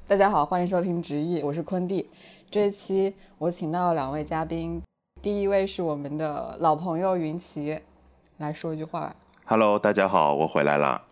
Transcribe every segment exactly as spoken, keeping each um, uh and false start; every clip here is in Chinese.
大家好，欢迎收听直译，我是坤弟。这一期我请到两位嘉宾，第一位是我们的老朋友云奇，来说一句话吧。 Hello， 大家好，我回来了。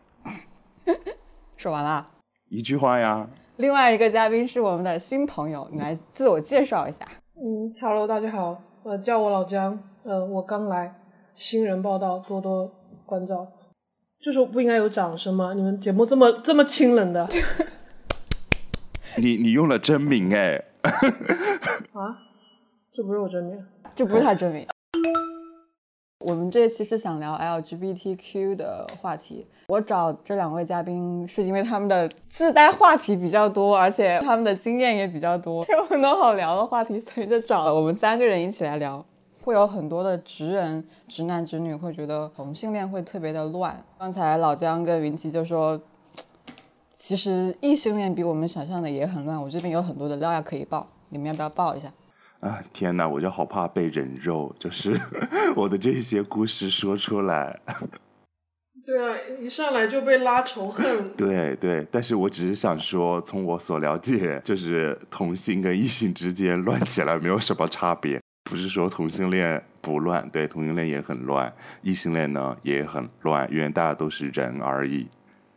说完了？ 一句话呀。 另外一个嘉宾是我们的新朋友，你来自我介绍一下。 嗯 ，Hello， 大家好，呃，叫我老姜，呃，我刚来，新人报道，多多关照。就是不应该有掌声吗？你们节目这么这么清冷的。 你你用了真名哎。 啊？这不是我真名？ 这不是他真名。我们这一期是想聊 L G B T Q 的话题。我找这两位嘉宾是因为他们的自带话题比较多，而且他们的经验也比较多，有很多好聊的话题，所以就找了我们三个人一起来聊。会有很多的直人、直男、直女会觉得同性恋会特别的乱。刚才老姜跟云奇就说，其实异性恋比我们想象的也很乱。我这边有很多的料要可以爆，你们要不要爆一下？ 啊，天哪，我就好怕被人肉，就是我的这些故事说出来。 对啊，一上来就被拉仇恨。 对对，但是我只是想说，从我所了解，就是同性跟异性之间乱起来没有什么差别。不是说同性恋不乱，对，同性恋也很乱，异性恋呢也很乱，因为大家都是人而已。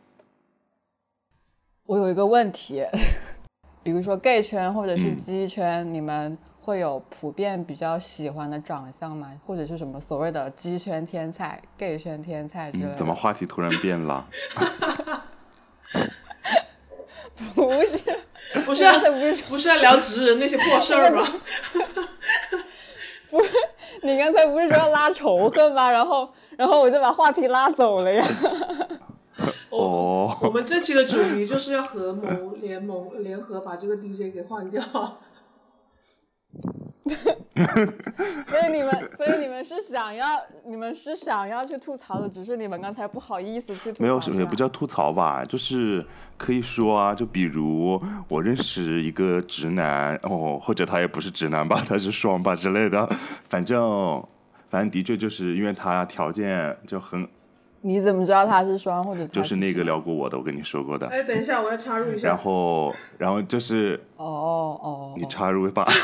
我有一个问题，比如说 gay 圈或者是基圈、嗯、你们会有普遍比较喜欢的长相吗？或者是什么所谓的基圈天菜 gay 圈天菜之类的、 嗯、怎么话题突然变了？ 不是不是、啊、不是要聊直人那些破事儿吗？ 不是，你刚才不是说要拉仇恨吗？然后然后我就把话题拉走了呀。 哦， 我们这期的主题就是要合谋联盟联合把这个 D J 给换掉。 所以你们所以你们是想要你们是想要去吐槽的，只是你们刚才不好意思去吐槽。 没有，也不叫吐槽吧，就是可以说啊，就比如我认识一个直男哦，或者他也不是直男吧，他是双吧之类的，反正反正的确就是因为他条件就很。 你怎么知道他是双或者他是就是那个聊过我的，我跟你说过的。 哎，等一下，我要插入一下。 然后，然后就是哦哦， 你插入吧。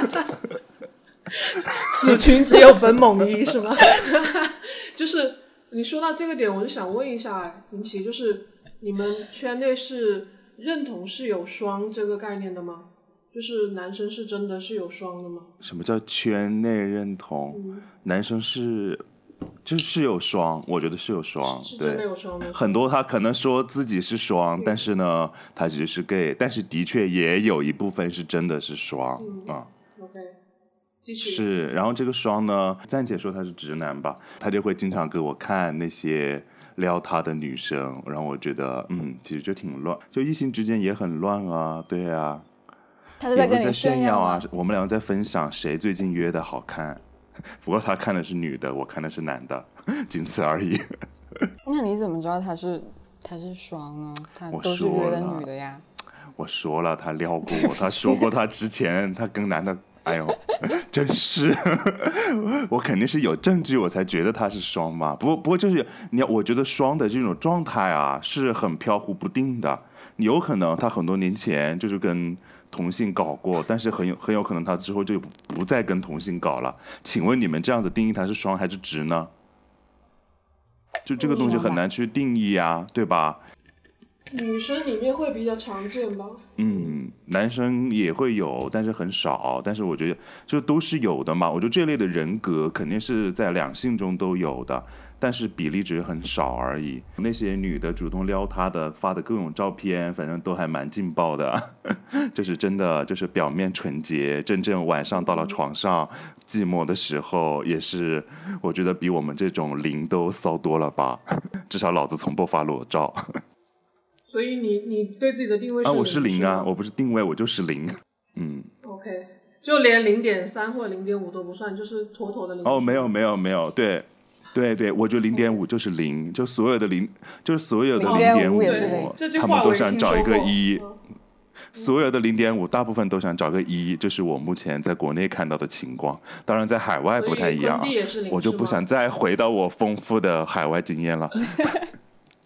此群只有本猛一是吗？就是你说到这个点，我就想问一下云奇，就是你们圈内是认同是有双这个概念的吗？就是男生是真的是有双的吗？ 什么叫圈内认同？嗯、男生是。就是有双，我觉得是有双， 是真的有双的。 很多他可能说自己是双，但是呢，他其实是 gay， 但是的确也有一部分是真的是双、 嗯、啊。OK， 继续。 是，然后这个双呢，暂且说他是直男吧，他就会经常给我看那些撩他的女生，然后我觉得，嗯，其实就挺乱，就异性之间也很乱啊，对啊。 他是在跟你炫耀啊，我们两个在分享谁最近约的好看。不过他看的是女的，我看的是男的，仅此而已。 那你怎么知道他是他是双呢？他都是约的女的呀。 我说了，他撩过我，他说过他之前他跟男的，哎呦，真是，我肯定是有证据我才觉得他是双嘛。不过不过就是你，我觉得双的这种状态啊是很飘忽不定的。你有可能他很多年前就是跟同性搞过，但是很有很有可能他之后就不再跟同性搞了。请问你们这样子定义他是双还是直呢？就这个东西很难去定义啊，对吧？ 女生里面会比较常见吧？ 嗯，男生也会有，但是很少。但是我觉得就都是有的嘛。我觉得这类的人格肯定是在两性中都有的。但是比例只是很少而已。那些女的主动撩他的发的各种照片，反正都还蛮劲爆的，就是真的就是表面纯洁，真正晚上到了床上寂寞的时候，也是我觉得比我们这种零都骚多了吧。至少老子从不发裸照。 所以你你对自己的定位是零？ 啊，我是零啊，我不是定位，我就是零。嗯。 OK， 就连零点三或者零点五都不算，就是妥妥的零。 哦，没有没有没有，对。对对，我觉得零点五就是零，就所有的零，就是所有的零点五，他们都想找一个一，所有的零点五大部分都想找个一，这是我目前在国内看到的情况。当然在海外不太一样，我就不想再回到我丰富的海外经验了。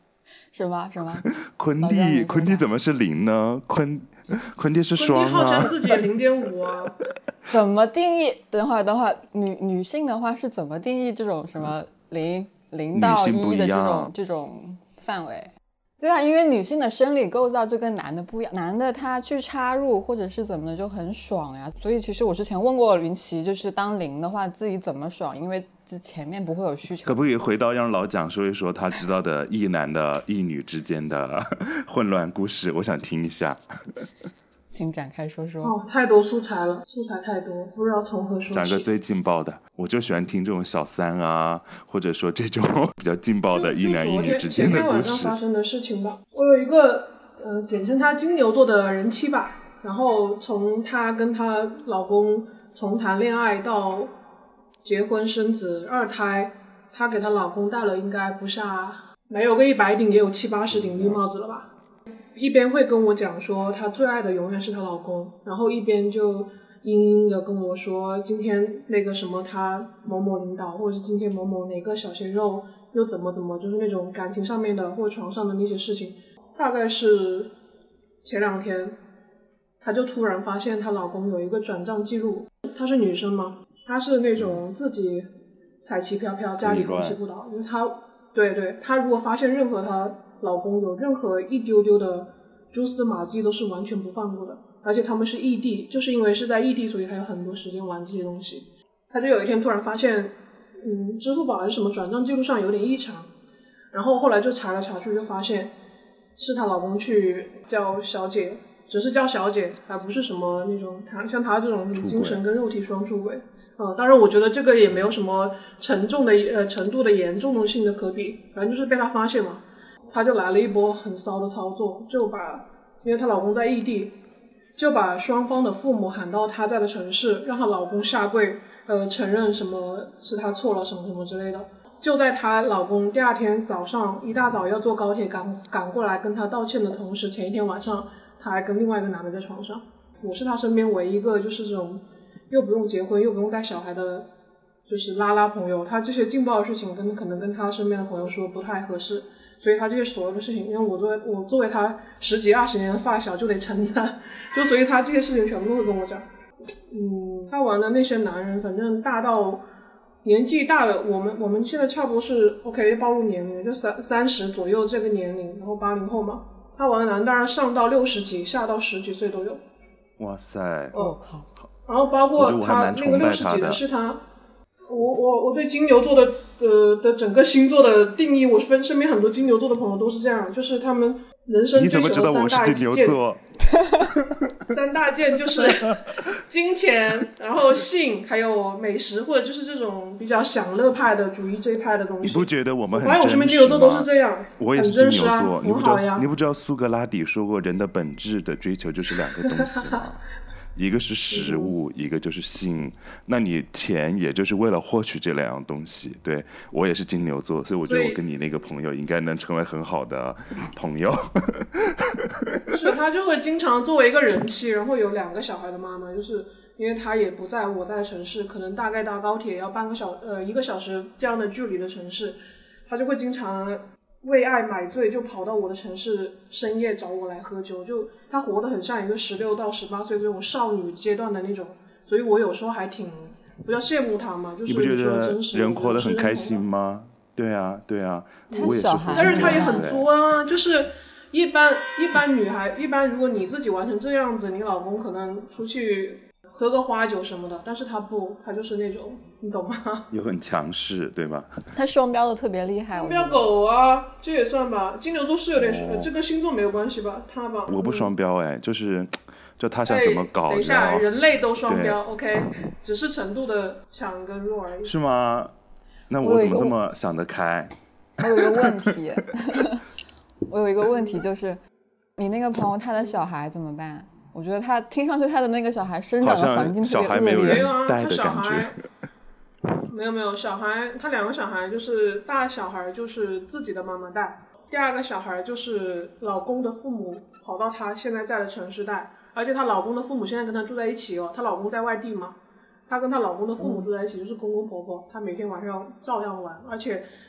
什么什么？ 坤弟，坤弟怎么是零呢？坤坤弟是双啊。 坤弟号称自己零点五啊。 怎么定义？等会儿等会儿，女女性的话是怎么定义这种什么零零到一的这种这种范围？对啊，因为女性的生理构造就跟男的不一样，男的他去插入或者是怎么的就很爽呀。所以其实我之前问过云奇，就是当零的话自己怎么爽，因为前面不会有需求。 可不可以回到让老蒋说一说他知道的异男的异女之间的混乱故事，我想听一下。 请展开说说。 哦，太多素材了，素材太多，不知道从何说起。 讲个最劲爆的，我就喜欢听这种小三啊，或者说这种比较劲爆的一男一女之间的故事。 前天晚上发生的事情吧，我有一个呃，简称她金牛座的人妻吧，然后从她跟她老公从谈恋爱到结婚生子二胎，她给她老公戴了应该不下没有个一百顶也有七八十顶绿帽子了吧。一边会跟我讲说她最爱的永远是她老公，然后一边就阴阴的跟我说今天那个什么她某某领导，或者是今天某某哪个小鲜肉又怎么怎么，就是那种感情上面的或者床上的那些事情。大概是前两天她就突然发现她老公有一个转账记录，她是女生嘛，她是那种自己彩旗飘飘家里空气不倒，因为她对对，她如果发现任何她老公有任何一丢丢的蛛丝马迹都是完全不放过的，而且他们是异地，就是因为是在异地，所以他有很多时间玩这些东西。他就有一天突然发现嗯，支付宝还是什么转账记录上有点异常，然后后来就查来查去就发现是她老公去叫小姐，只是叫小姐，还不是什么那种他像他这种什么精神跟肉体双出轨。呃，当然我觉得这个也没有什么沉重的呃程度的严重性的可比，反正就是被他发现了。她就来了一波很骚的操作，就把因为她老公在异地，就把双方的父母喊到她在的城市，让她老公下跪，呃，承认什么是她错了什么什么之类的。就在她老公第二天早上一大早要坐高铁赶赶过来跟她道歉的同时，前一天晚上她还跟另外一个男的在床上。我是她身边唯一一个就是这种又不用结婚又不用带小孩的，就是拉拉朋友。她这些劲爆的事情跟可能跟她身边的朋友说不太合适。所以他这些所有的事情，因为我作为我作为他十几二十年的发小就得承担，就所以他这些事情全部都会跟我讲。嗯，他玩的那些男人，反正大到年纪大了，我们我们现在差不多是 OK 暴露年龄，就三三十左右这个年龄，然后八零后嘛，他玩的男当然上到六十几，下到十几岁都有。 哇塞！ 我靠！ 然后包括他那个六十几的是他。我我我对金牛座的呃的整个星座的定义，我分身边很多金牛座的朋友都是这样，就是他们人生追求的三大件，三大件就是金钱，然后性，还有美食，或者就是这种比较享乐派的主义这一派的东西。 你不觉得我们很真实吗？我发现我身边金牛座都是这样， 我也是金牛座， 啊、 你不知道你不知道苏格拉底说过人的本质的追求就是两个东西吗？一个是食物，一个就是性。那你钱也就是为了获取这两样东西。对，我也是金牛座，所以我觉得我跟你那个朋友应该能成为很好的朋友。 是，他就会经常作为一个人妻，然后有两个小孩的妈妈，就是因为他也不在我在的城市，可能大概搭高铁要半个小呃一个小时这样的距离的城市，他就会经常为爱买醉，就跑到我的城市深夜找我来喝酒，就他活得很像一个十六到十八岁这种少女阶段的那种，所以我有时候还挺比较羡慕他嘛，就是你不觉得人活得很开心吗？对啊对啊，我也是， 但是他也很作啊，就是一般一般女孩一般如果你自己玩成这样子，你老公可能出去喝个花酒什么的，但是他不，他就是那种，你懂吗？ 又很强势，对吧？ 他双标的特别厉害。 双标狗啊，这也算吧。金牛座是有点，哦、这跟星座没有关系吧？他吧。 我不双标哎，嗯、就是，就他想怎么搞。 等一下，人类都双标 ，OK， 只是程度的强跟弱而已。 是吗？那我怎么这么想得开？ 我有一个问题，我有一个问题就是，你那个朋友他的小孩怎么办？我觉得他听上去他的那个小孩生长的环境特别恶劣。 没有人带的感觉。没有没有，小孩他两个小孩就是大小孩就是自己的妈妈带，第二个小孩就是老公的父母跑到他现在在的城市带，而且她老公的父母现在跟她住在一起哦，她老公在外地嘛，她跟她老公的父母住在一起，就是公公婆婆，她每天晚上照样玩，而且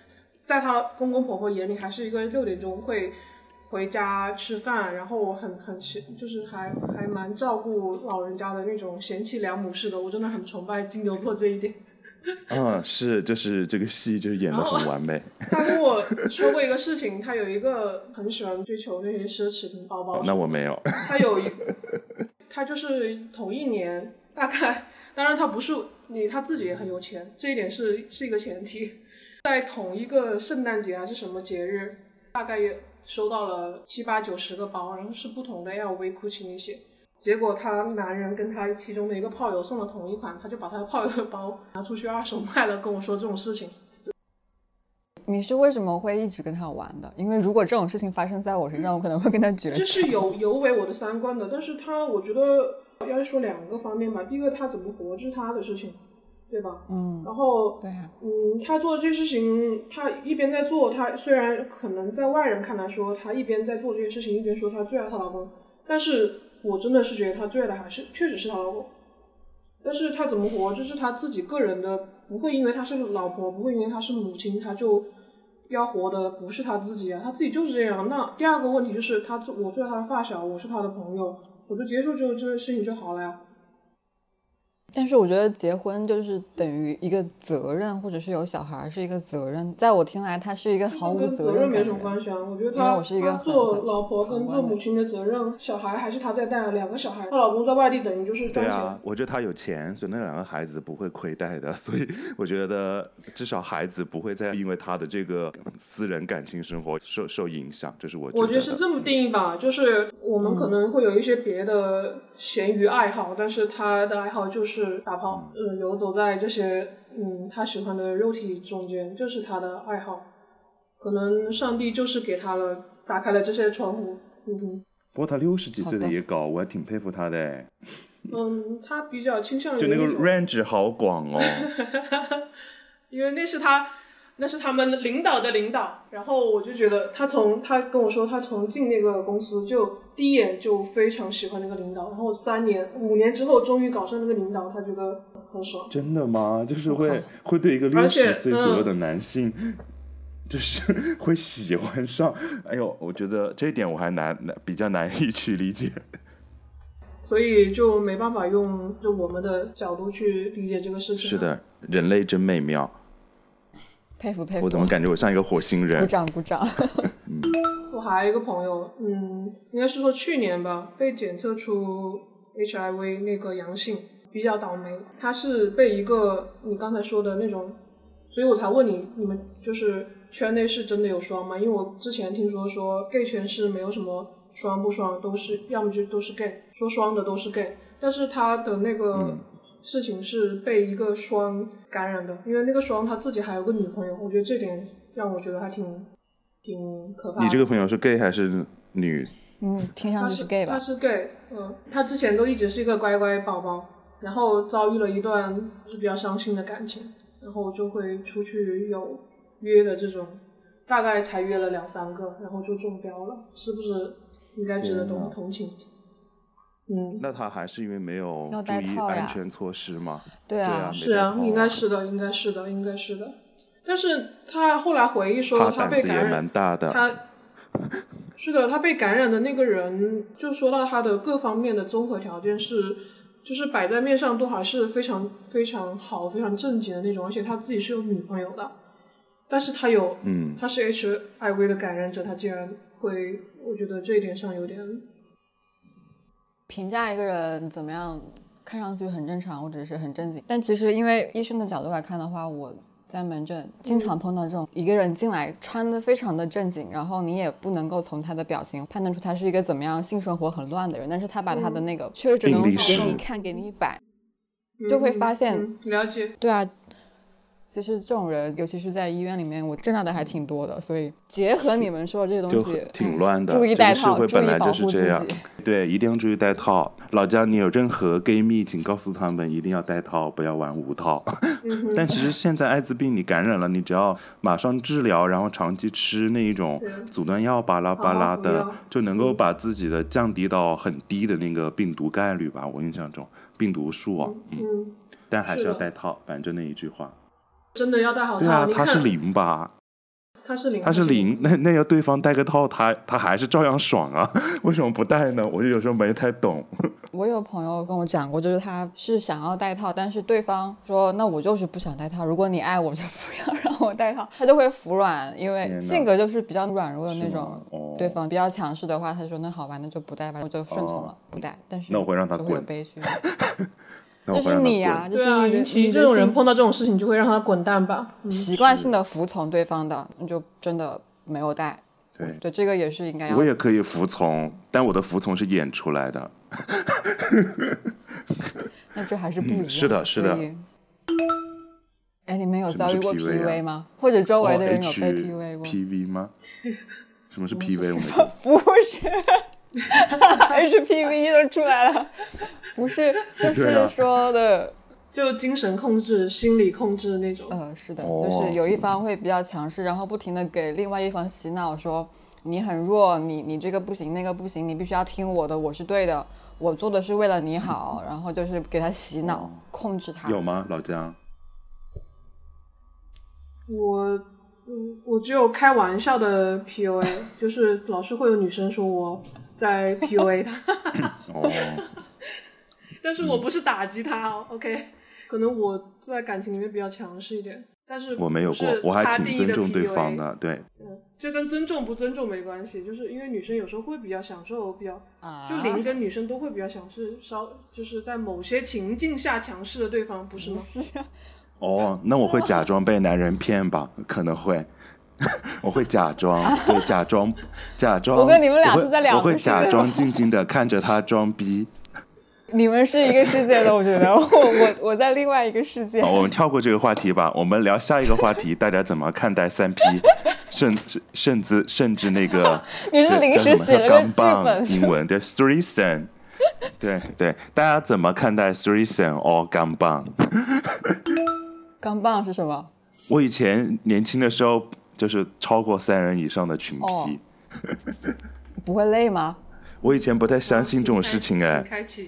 在他公公婆婆眼里还是一个六点钟会回家吃饭，然后很很就是还还蛮照顾老人家的那种贤妻良母式的，我真的很崇拜金牛座这一点。 嗯，是，就是这个戏就是演得很完美。 他跟我说过一个事情，他有一个很喜欢追求那些奢侈品包包。 哦，那我没有。 他有一，他就是同一年，大概，当然他不是你，他自己也很有钱，这一点是是一个前提。在同一个圣诞节还是什么节日，大概也收到了七八九十个包，然后是不同的 L V、GUCCI 那些。结果他男人跟他其中的一个炮友送了同一款，他就把他的炮友的包拿出去二手卖了，跟我说这种事情。 你是为什么会一直跟他玩的？因为如果这种事情发生在我身上，我可能会跟他绝交。 这是有有违我的三观的，但是他我觉得要说两个方面吧。第一个，他怎么活这是他的事情，对吧？ 嗯。 然后， 对啊。 嗯，他做这些事情，他一边在做，他虽然可能在外人看来说他一边在做这些事情，一边说他最爱她老公，但是我真的是觉得他最爱的还是确实是他老公。但是他怎么活，这是他自己个人的，不会因为他是老婆，不会因为他是母亲，他就要活的不是他自己啊，他自己就是这样。那第二个问题就是他，我做他的发小，我是他的朋友，我就接受这这个事情就好了呀。 但是我觉得结婚就是等于一个责任，或者是有小孩是一个责任，在我听来他是一个毫无责任感的人。 跟责任没什么关系啊，我觉得他因为我是一个他做老婆跟做母亲的责任，小孩还是他在带，两个小孩，她老公在外地等于就是赚钱。 对啊，我觉得他有钱，所以那两个孩子不会亏待的，所以我觉得至少孩子不会再因为他的这个私人感情生活受受影响，这是我觉得。 我觉得是这么定义吧，就是我们可能会有一些别的闲余爱好，嗯、但是他的爱好就是打炮。嗯呃，游走在这些嗯他喜欢的肉体中间，这是他的爱好。可能上帝就是给他了，打开了这些窗户。嗯哼。 不过他六十几岁的也搞，我还挺佩服他的。 嗯，他比较倾向于就那个 range 好广哦。 因为那是他。那是他们领导的领导，然后我就觉得他从他跟我说他从进那个公司就第一眼就非常喜欢那个领导，然后三年五年之后终于搞上那个领导，他觉得很爽。 真的吗？就是会会对一个六十岁左右的男性、嗯、就是会喜欢上。哎呦，我觉得这一点我还难比较难以去理解， 所以就没办法用就我们的角度去理解这个事情。 是的，人类真美妙。 佩服佩服！ 我怎么感觉我像一个火星人？ 鼓掌鼓掌。 嗯、我还有一个朋友，嗯，应该是说去年吧，被检测出 H I V 那个阳性，比较倒霉。他是被一个你刚才说的那种，所以我才问你，你们就是圈内是真的有双吗？因为我之前听说说 gay 圈是没有什么双不双，都是要么就都是 gay， 说双的都是 gay， 但是他的那个。嗯事情是被一个双感染的，因为那个双他自己还有个女朋友，我觉得这点让我觉得还挺挺可怕的。 你这个朋友是 gay 还是女？ 嗯，听上去是 gay 吧。 他是 gay， 嗯，他之前都一直是一个乖乖宝宝，然后遭遇了一段就是比较伤心的感情，然后就会出去有约的这种，大概才约了两三个，然后就中标了，是不是应该值得同同情？嗯， 那他还是因为没有注意安全措施吗？ 对啊， 是啊，应该是的，应该是的，应该是的。但是他后来回忆说，他被感染， 他胆子也蛮大的。 他是的，他被感染的那个人，就说到他的各方面的综合条件是，就是摆在面上都还是非常非常好、非常正经的那种，而且他自己是有女朋友的，但是他有， 嗯， 他是 H I V 的感染者，他竟然会，我觉得这一点上有点。 评价一个人怎么样看上去很正常或者是很正经，但其实因为医生的角度来看的话，我在门诊经常碰到这种一个人进来穿得非常的正经，然后你也不能够从他的表情判断出他是一个怎么样性生活很乱的人，但是他把他的那个确诊的东西给你看给你摆，就会发现、 嗯嗯、了解。 对啊，其实这种人尤其是在医院里面我见到的还挺多的，所以结合你们说的这些东西挺乱的， 注意戴套， 这个社会本来就是这样， 对，一定要注意戴套。老姜，你有任何 gay 蜜请告诉他们一定要戴套，不要玩无套。 嗯、 但其实现在艾滋病你感染了，你只要马上治疗，然后长期吃那一种阻断药巴拉巴拉的，就能够把自己的降低到很低的那个病毒概率吧，我印象中病毒数啊，嗯， 嗯但还是要戴套，反正那一句话。 真的要戴好套。 对啊，它是零吧？ 他是零， 他是零，那那要对方戴个套，他他还是照样爽啊，为什么不戴呢？我就有时候没太懂。 我有朋友跟我讲过，就是他是想要戴套，但是对方说那我就是不想戴套，如果你爱我就不要让我戴套，他就会服软，因为性格就是比较软弱的那种。 哦、 对方比较强势的话，他说那好吧，那就不戴吧，我就顺从了，哦、不戴。但是那我会让他就会有悲剧。 这是你呀、啊，这是你的。 其实这种人碰到这种事情就会让他滚蛋吧， 嗯、习惯性的服从对方的，你就真的没有戴。 对对，这个也是应该要。 我也可以服从，但我的服从是演出来的。 那这还是不一样。 嗯、是的，是的。 哎，你们有遭遇过 P U A 吗？或者周围的人有被 P U A 过、 哦、？P V 吗？什么是 P V？ 我没懂。不是，H P V 都出来了。不是，就是说的，啊、 就精神控制、心理控制那种。 呃，是的，就是有一方会比较强势，然后不停的给另外一方洗脑说。你很弱，你你这个不行，那个不行，你必须要听我的，我是对的，我做的是为了你好，然后就是给他洗脑，哦、控制他。 有吗，老姜？ 我我只有开玩笑的 P U A， 就是老是会有女生说我在 P U A 他。 哦。但是我不是打击他、哦嗯、，OK， 可能我在感情里面比较强势一点。但是我没有过，我还挺尊重对方的，对。 嗯，这跟尊重不尊重没关系，就是因为女生有时候会比较享受，比较、啊、就零跟女生都会比较享受，稍就是在某些情境下强势的对方，不是吗？ 是啊。 哦，那我会假装被男人骗吧，可能会，我会假装，对，假装，假装。 我跟你们俩是在两个世界，我会假装静静的看着他装逼。 你们是一个世界的，我觉得我我我在另外一个世界。 我们跳过这个话题吧，我们聊下一个话题，大家怎么看待三 P， 甚至甚至甚至那个你是临时写了个剧本， 英文的 threesome， 对对，大家怎么看待 threesome or 钢棒？ 钢棒是什么？ 我以前年轻的时候就是超过三人以上的群 P，、哦、 不会累吗？ 我以前不太相信这种事情哎。 开启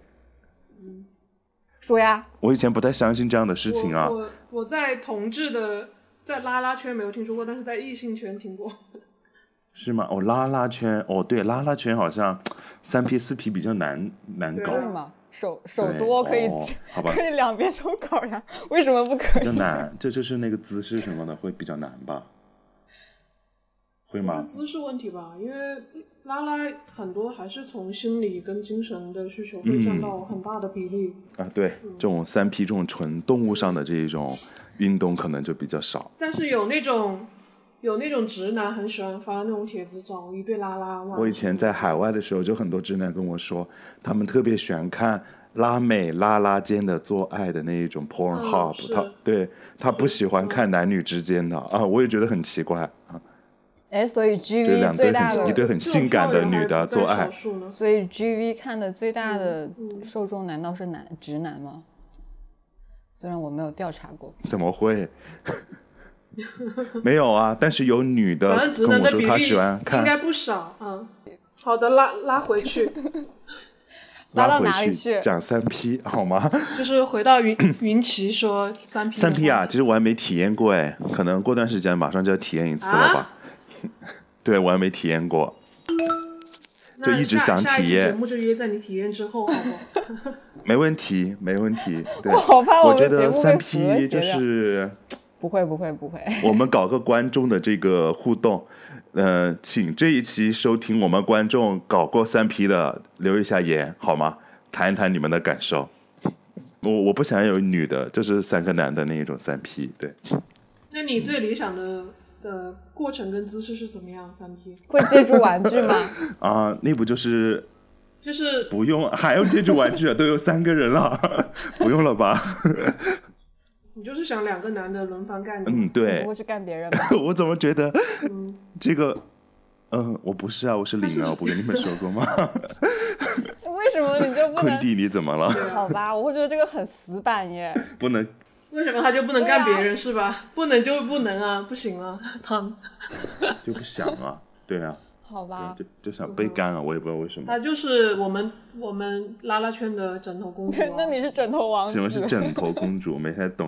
说呀， 我以前不太相信这样的事情啊。 我 我, 我在同志的在拉拉圈没有听说过，但是在异性圈听过。 是吗？哦，拉拉圈，哦，对，拉拉圈好像三 P 四 P 比较难难搞。 为什么？手手多可以、 哦、好吧， 可以两边都搞呀？为什么不可以？ 比较难，这就是那个姿势什么的会比较难吧？会吗？ 姿势问题吧，因为拉拉很多还是从心理跟精神的需求会占到很大的比例、 嗯、啊。对， 嗯、 这种三 P 这种纯动物上的这种运动可能就比较少。 但是有那种有那种直男很喜欢发那种帖子找一对拉拉。 我以前在海外的时候，就很多直男跟我说，他们特别喜欢看拉美拉拉间的做爱的那一种 Pornhub，、嗯、他对他不喜欢看男女之间的啊，我也觉得很奇怪啊。 哎，所以 G V 最大的一对很性感的女的做爱， 所以 G V 看的最大的受众难道是男、嗯、直男吗？虽然我没有调查过。 怎么会？没有啊，但是有女的跟我说她喜欢看， 应该不少。嗯，好的，拉拉回去。 拉到哪里去？ 讲三 P 好吗？ 就是回到云云奇说三 P。 三 P 啊，其实我还没体验过哎，可能过段时间马上就要体验一次了吧。啊对，我还没体验过，就一直想体验。 下一期节目就约在你体验之后，好不好？ 没问题，没问题。对， 我好怕我觉得三 P 就是不会，不会，不会。 我们搞个观众的这个互动，呃，请这一期收听我们观众搞过三 P 的留一下言好吗？谈一谈你们的感受。我我不想有女的，就是三个男的那一种三 P。对。 那你最理想的？的过程跟姿势是怎么样？三 P 会借助玩具吗？ 啊，那不就是就是不用还要借助玩具啊？都有三个人了，不用了吧？ 你就是想两个男的轮番干你？ 嗯，对。 不会去干别人吧？ 我怎么觉得、嗯、这个？嗯，我不是啊，我是零啊，我不跟你们说过吗？ 为什么你就不能？ 坤弟，你怎么了？ 好吧，我会觉得这个很死板耶。 不能。 为什么他就不能干别人、啊、是吧？不能就不能啊，不行啊，他就不想啊，对啊， 好吧， 就就想被干啊，我也不知道为什么。 他就是我们我们拉拉圈的枕头公主、啊。 那你是枕头王子？ 什么是枕头公主？没太懂哎。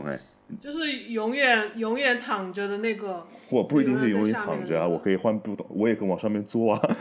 就是永远永远躺着的那个。 我不一定是永远躺躺着啊，我可以换不同，我也可以往上面坐啊。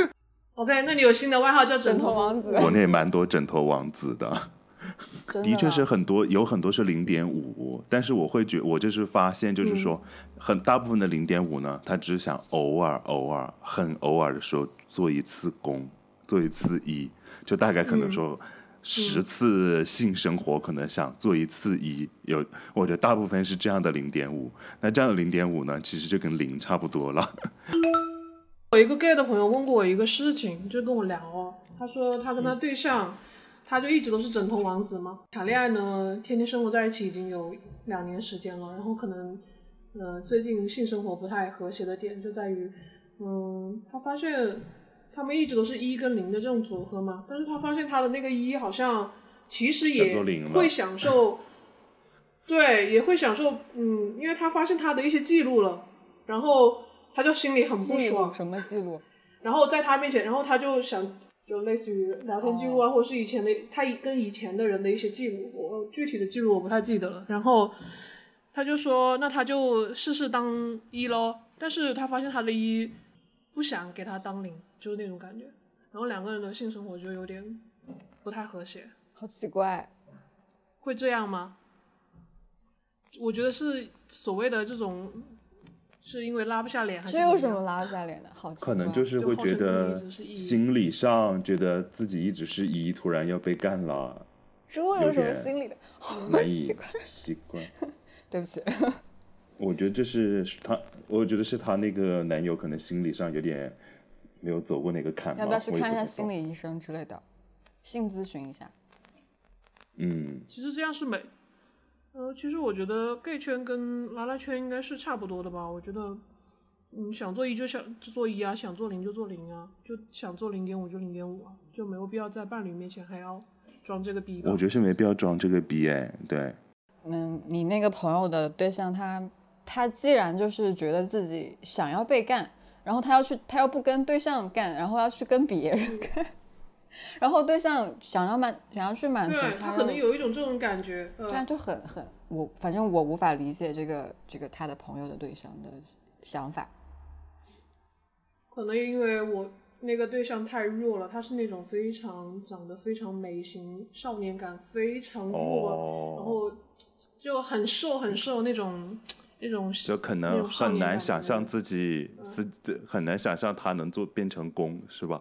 OK， 那你有新的外号叫枕头王子。 国内蛮多枕头王子的。的确是很多，有很多是零点五，但是我会觉，我就是发现，就是说，嗯、很大部分的零点五呢，他只是想偶尔、偶尔、很偶尔的时候做一次攻，做一次一，就大概可能说十次性生活，可能想做一次一，有，我觉得大部分是这样的零点五。那这样的零点五呢，其实就跟零差不多了。 我一个 gay 的朋友问过我一个事情，就跟我聊哦，他说他跟他对象。嗯他就一直都是枕头王子嘛，谈恋爱呢，天天生活在一起已经有两年时间了，然后可能，呃，最近性生活不太和谐的点就在于，嗯，他发现他们一直都是一跟零的这种组合嘛，但是他发现他的那个一好像其实也会享受，对，也会享受，嗯，因为他发现他的一些记录了，然后他就心里很不爽。 什么记录？ 然后在他面前，然后他就想。就类似于聊天记录啊， oh. 或者是以前的他跟以前的人的一些记录，我具体的记录我不太记得了。然后他就说，那他就试试当一咯，但是他发现他的一不想给他当零，就是那种感觉。然后两个人的性生活就有点不太和谐。 好奇怪， 会这样吗？我觉得是所谓的这种。是因为拉不下脸还是？ 这有什么拉不下脸的？好奇怪。 可能就是会觉得心理上觉得自己一直是一，突然要被干了。 这有什么心理的？ 难以习惯。 对不起。 我觉得这是他，我觉得是他那个男友可能心理上有点没有走过那个坎吧。 要不要去看一下心理医生之类的，性咨询一下？ 嗯。 其实这样是美。呃，其实我觉得 gay 圈跟拉拉圈应该是差不多的吧。我觉得，嗯，想做一就想就做一啊，想做零就做零啊，就想做零点五就零点五啊，就没有必要在伴侣面前还要装这个逼吧。 我觉得是没必要装这个逼哎，对。 嗯，你那个朋友的对象他，他既然就是觉得自己想要被干，然后他要去，他又不跟对象干，然后要去跟别人干。然后对象想要满想要去满足他， 他可能有一种这种感觉， 对啊，就很很我反正我无法理解这个这个他的朋友的对象的想法。 可能因为我那个对象太弱了，他是那种非常长得非常美型，少年感非常弱，哦、然后就很瘦很瘦那种那种， 就可能很难想象自己是、嗯、很难想象他能做变成攻，是吧？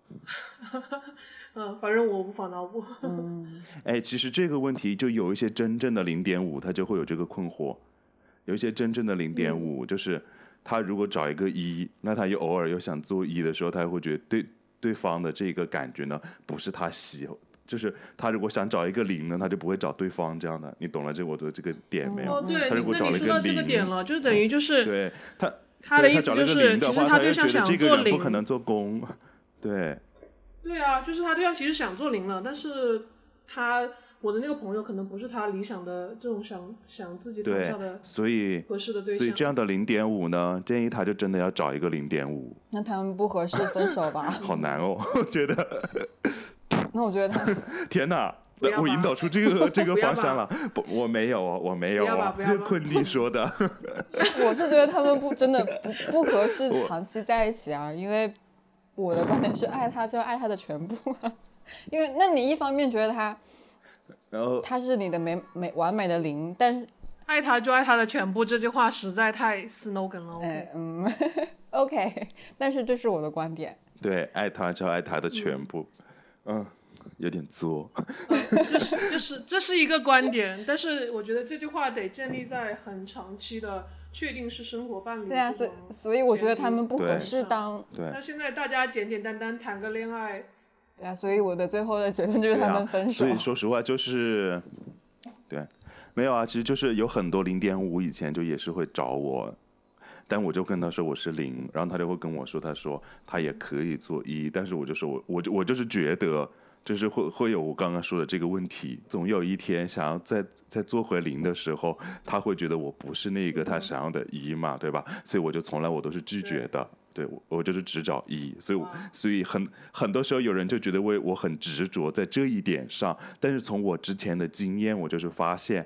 嗯，反正我无法脑补。 嗯， 哎，其实这个问题就有一些真正的零点五，他就会有这个困惑。有一些真正的零点五，就是他如果找一个一，那他又偶尔又想做一的时候，他会觉得对对方的这个感觉呢，不是他喜，就是他如果想找一个零呢，他就不会找对方这样的。你懂了这我的这个点没有？ 哦，对， 他如果找了一个零， 那你说到这个点了，就等于就是、 嗯、对他他的意思就是，其实他对象想做零， 不可能做攻。对， 对啊，就是他对象其实想做零了，但是他我的那个朋友可能不是他理想的这种想想自己躺下的所以合适的对象， 所以这样的零点五呢，建议他就真的要找一个零点五。 那他们不合适分手吧？ 好难哦，我觉得。 那我觉得他， 天哪！我引导出这个这个方向了，不，我没有哦，我没有哦，这是坤弟说的。 我是觉得他们不真的不不合适长期在一起啊，因为。我的观点是爱他就爱他的全部啊，因为那你一方面觉得他， 然后他是你的美美完美的零，但是爱他就爱他的全部这句话实在太 slogan 了。 哎、嗯，OK， 但是这是我的观点。 对，爱他就爱他的全部，嗯，嗯有点作。 嗯、这是这是这是一个观点，但是我觉得这句话得建立在很长期的。确定是生活伴侣。 对啊，所以所以我觉得他们不合适当。 对。 那现在大家简简单单谈个恋爱。 对啊，所以我的最后的结论就是他们分手。 所以说实话就是，对，没有啊，其实就是有很多零点五以前就也是会找我，但我就跟他说我是零，然后他就会跟我说，他说他也可以做一，但是我就说我我我就是觉得。就是会会有我刚刚说的这个问题，总有一天想要再再做回零的时候，他会觉得我不是那个他想要的一嘛，对吧？所以我就从来我都是拒绝的，对，我我就是只找一，所以所以很很多时候有人就觉得我我很执着在这一点上，但是从我之前的经验，我就是发现，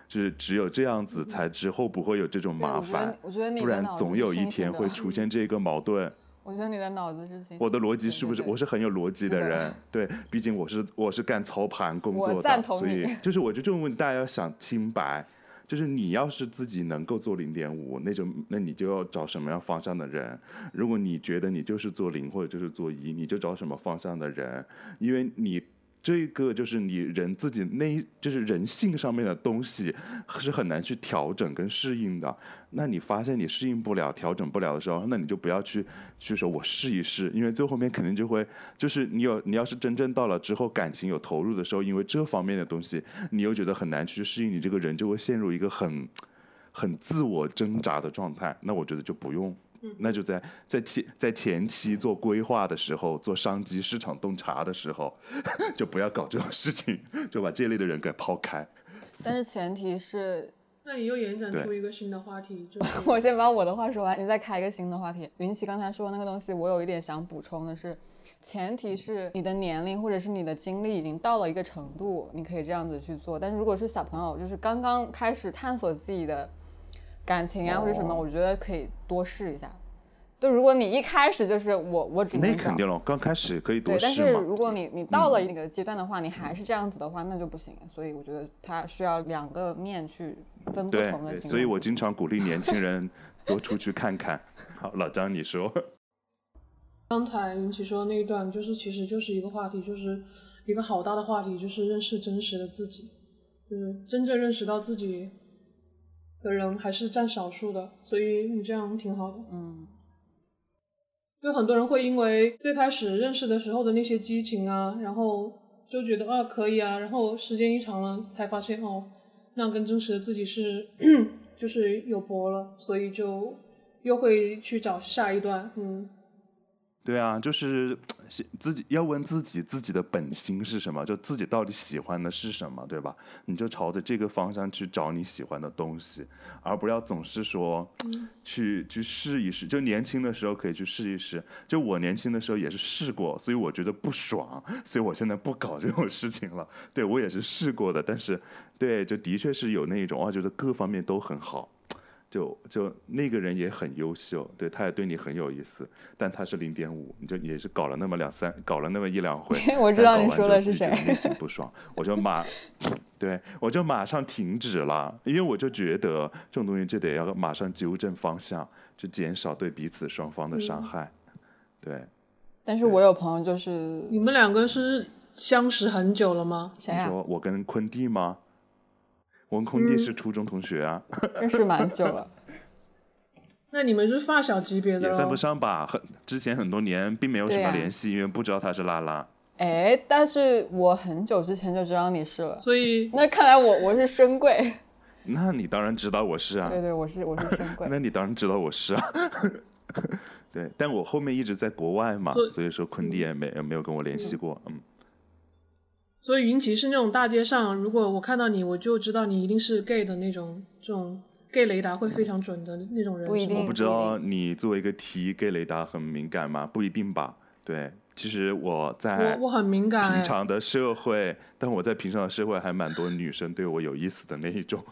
就是只有这样子才之后不会有这种麻烦， 我觉得你不然总有一天会出现这个矛盾。 我觉得你的脑子是清醒的。 我的逻辑是不是？我是很有逻辑的人，对，毕竟我是我是干操盘工作的， 我赞同所以就是我就这种问题，大家要想清白。就是你要是自己能够做零点五，那就那你就要找什么样方向的人。如果你觉得你就是做零或者就是做一，你就找什么方向的人，因为你。这个就是你人自己内，就是人性上面的东西是很难去调整跟适应的。那你发现你适应不了、调整不了的时候，那你就不要去去说我试一试，因为最后面肯定就会，就是你有你要是真正到了之后感情有投入的时候，因为这方面的东西你又觉得很难去适应，你这个人就会陷入一个很很自我挣扎的状态。那我觉得就不用。那就在在前在前期做规划的时候，做商机市场洞察的时候，就不要搞这种事情，就把这类的人给抛开。 但是前提是， 那你又延展出一个新的话题，就是我先把我的话说完，你再开一个新的话题。云奇刚才说的那个东西，我有一点想补充的是，前提是你的年龄或者是你的经历已经到了一个程度，你可以这样子去做。但是如果是小朋友，就是刚刚开始探索自己的感情啊或者什么，我觉得可以多试一下。就如果你一开始就是我我只能找， 那肯定了，刚开始可以多试嘛。 对，但是如果你你到了那个阶段的话，嗯、你还是这样子的话，那就不行。所以我觉得它需要两个面去分不同的情况。 所以我经常鼓励年轻人多出去看看。好，老张你说。 刚才云奇说的那一段，就是其实就是一个话题，就是一个好大的话题，就是认识真实的自己，就是真正认识到自己的人还是占少数的，所以你这样挺好的。 嗯。 就很多人会因为最开始认识的时候的那些激情啊，然后就觉得啊可以啊，然后时间一长了才发现哦，那跟真实的自己是就是有薄了，所以就又会去找下一段。嗯， 对啊，就是自己要问自己自己的本心是什么，就自己到底喜欢的是什么，对吧？你就朝着这个方向去找你喜欢的东西，而不要总是说去去试一试。就年轻的时候可以去试一试，就我年轻的时候也是试过，所以我觉得不爽，所以我现在不搞这种事情了。对，我也是试过的，但是对，就的确是有那种，我觉得各方面都很好。就就那个人也很优秀，对，他也对你很有意思，但他是零点五，你就也是搞了那么两三，搞了那么一两回， 我知道你说的是谁， 内心不爽，我就马，对我就马上停止了，因为我就觉得这种东西就得要马上纠正方向，就减少对彼此双方的伤害，嗯、对。 但是我有朋友就是， 你们两个是相识很久了吗？ 谁啊？ 你说我跟坤弟吗？我跟坤弟是初中同学啊， 嗯、认识蛮久了。 那你们就是发小级别的， 也算不上吧。很之前很多年并没有什么联系，啊、因为不知道他是拉拉。 哎，但是我很久之前就知道你是了， 所以那看来我我是深贵。 那你当然知道我是啊。 对对，我是我是深贵。 那你当然知道我是啊。对，但我后面一直在国外嘛，所以说坤弟也没也没有跟我联系过，嗯。 所以云奇是那种大街上，如果我看到你，我就知道你一定是 gay 的那种，这种 gay 雷达会非常准的那种人。 不一定， 我不知道你作为一个 T gay 雷达很敏感吗？不一定吧。对，其实我在我我很敏感。 平常的社会，但我在平常的社会还蛮多女生对我有意思的那一种。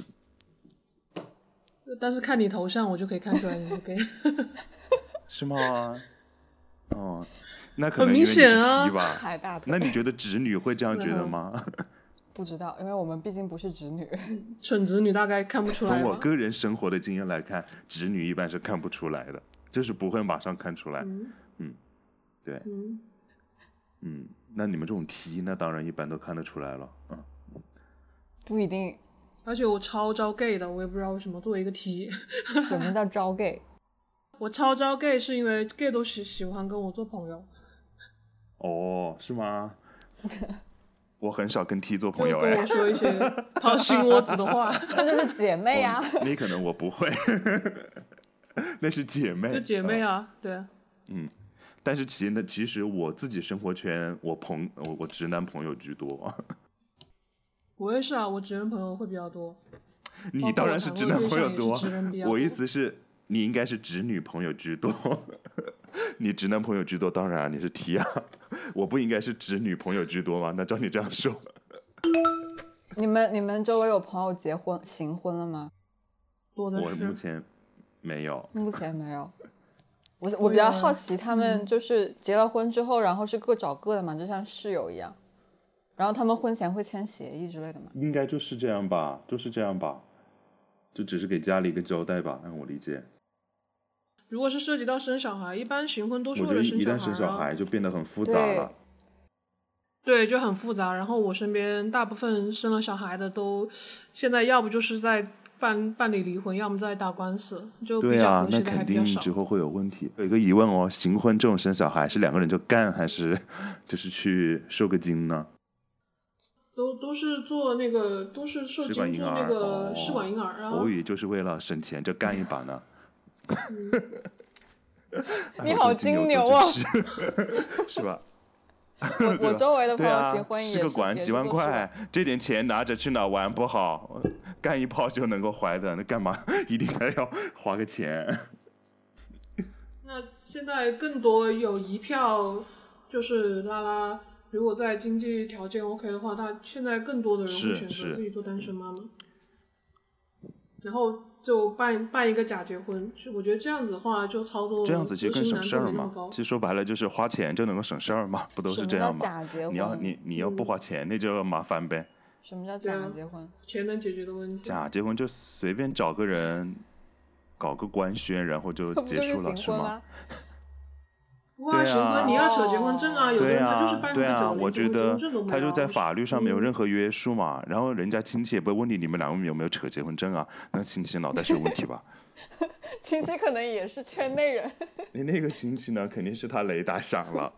但是看你头像，我就可以看出来你是 gay。 是吗？哦。那可能很明显啊， 太大腿。 那你觉得直女会这样觉得吗？ 不知道，因为我们毕竟不是直女。 蠢直女大概看不出来。 从我个人生活的经验来看，直女一般是看不出来的，就是不会马上看出来。嗯，嗯对，嗯，嗯，那你们这种 T， 那当然一般都看得出来了。嗯， 不一定。 而且我超招 gay 的，我也不知道为什么，作为一个 T。 什么叫招 gay？ 我超招 gay 是因为 gay 都喜喜欢跟我做朋友。 哦，是吗？我很少跟 T 做朋友哎。 跟我说一些掏心窝子的话。 那就是姐妹啊。 哦、你可能我不会。那是姐妹。 就姐妹啊，对啊。 嗯，但是其实其实我自己生活圈，我朋我我直男朋友居多。 我也是啊，我直男朋友会比较多。 你当然是直男朋友多，我意思是你应该是直女朋友居多。你直男朋友居多，当然你是 T 啊，我不应该是直女朋友居多吗？那照你这样说， 你们你们周围有朋友结婚行婚了吗？ 多的是。 我目前没有， 目前没有。我我比较好奇，他们就是结了婚之后，然后是各找各的嘛，就像室友一样。然后他们婚前会签协议之类的吗？ 应该就是这样吧，就是这样吧，就只是给家里一个交代吧，按我理解。 如果是涉及到生小孩，一般行婚都是我觉得一为了生小孩、啊。 旦生小孩就变得很复杂了。 对，就很复杂。然后我身边大部分生了小孩的都，现在要不就是在办办理离婚，要么在打官司，就比较和谐的还比较少。 对啊，那肯定之后会有问题。有一个疑问哦，行婚这种生小孩是两个人就干，还是就是去收个金呢？ 都都是做那个，都是受精做那个试管婴儿啊。 我以为就是为了省钱就干一把呢。 嗯、你好金牛啊， 是吧？ 我我周围的朋友行婚也是、 啊、试个管几万块，这点钱拿着去哪玩不好？干一炮就能够怀的，那干嘛一定还要花个钱？ 那现在更多有一票就是拉拉，如果在经济条件 OK 的话，那现在更多的人会选择自己做单身妈妈，然后就办办一个假结婚。我觉得这样子的话，就操作这样子其实更省事儿嘛。其实说白了就是花钱就能够省事儿嘛，不都是这样吗？ 假结婚， 你要你你要不花钱，嗯、那就麻烦呗。 什么叫假结婚？ 钱能解决的问题。 假结婚就随便找个人搞个官宣，然后就结束了，是吗？ 哇，行婚、啊、你要扯结婚证啊！有的人他就是办对啊， 对我觉得他就在法律上没有任何约束嘛。嗯、然后人家亲戚也不会问你你们两个人有没有扯结婚证啊？那亲戚脑袋是有问题吧？ 亲戚可能也是圈内人。 你那个亲戚呢，肯定是他雷达响了。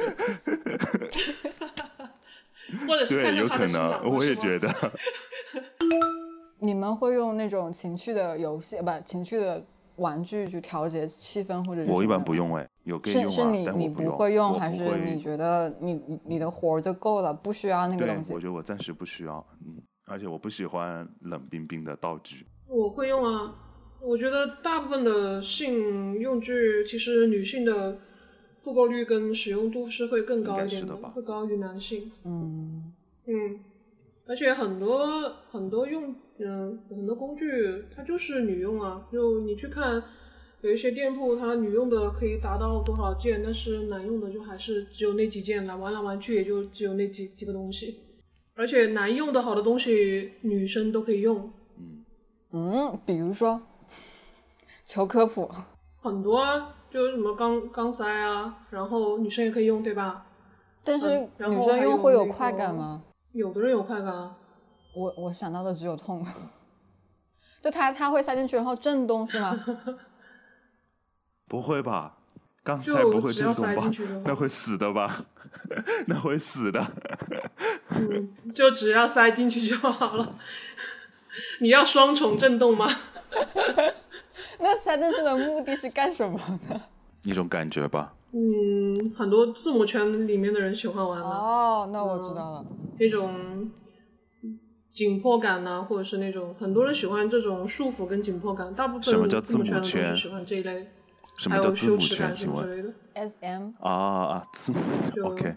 或者是看对，有可能，我也觉得。 你们会用那种情趣的游戏，不，情趣的玩具去调节气氛，或者我一般不用哎，有可以用啊， 是是你你不会用，还是你觉得你你的活就够了，不需要那个东西？ 对，我觉得我暂时不需要，嗯，而且我不喜欢冷冰冰的道具。 我会用啊，我觉得大部分的性用具，其实女性的复购率跟使用度是会更高一点 的, 的会高于男性。 嗯嗯，而且很多很多用嗯、呃、很多工具它就是女用啊，就你去看有一些店铺，它女用的可以达到多少件，但是男用的就还是只有那几件了，玩来玩去也就只有那几几个东西。而且男用的好的东西女生都可以用。 嗯嗯，比如说求科普。 很多啊，就是什么钢钢塞啊，然后女生也可以用，对吧？ 但是女生用会有快感吗？ 有的人有快感啊。 我我想到的只有痛。就它它会塞进去然后震动是吗？ 不会吧？钢塞不会震动吧？那会死的吧？那会死的。 嗯，就只要塞进去就好了。你要双重震动吗？ 那塞进去的目的是干什么呢？ 一种感觉吧。 嗯，很多字母圈里面的人喜欢玩的。 哦，那我知道了。 嗯、那种紧迫感呐、啊，或者是那种很多人喜欢这种束缚跟紧迫感，大部分什么叫字母圈的都是喜欢这一类。 什么叫字母圈？请问 ？S M 啊啊，字母 OK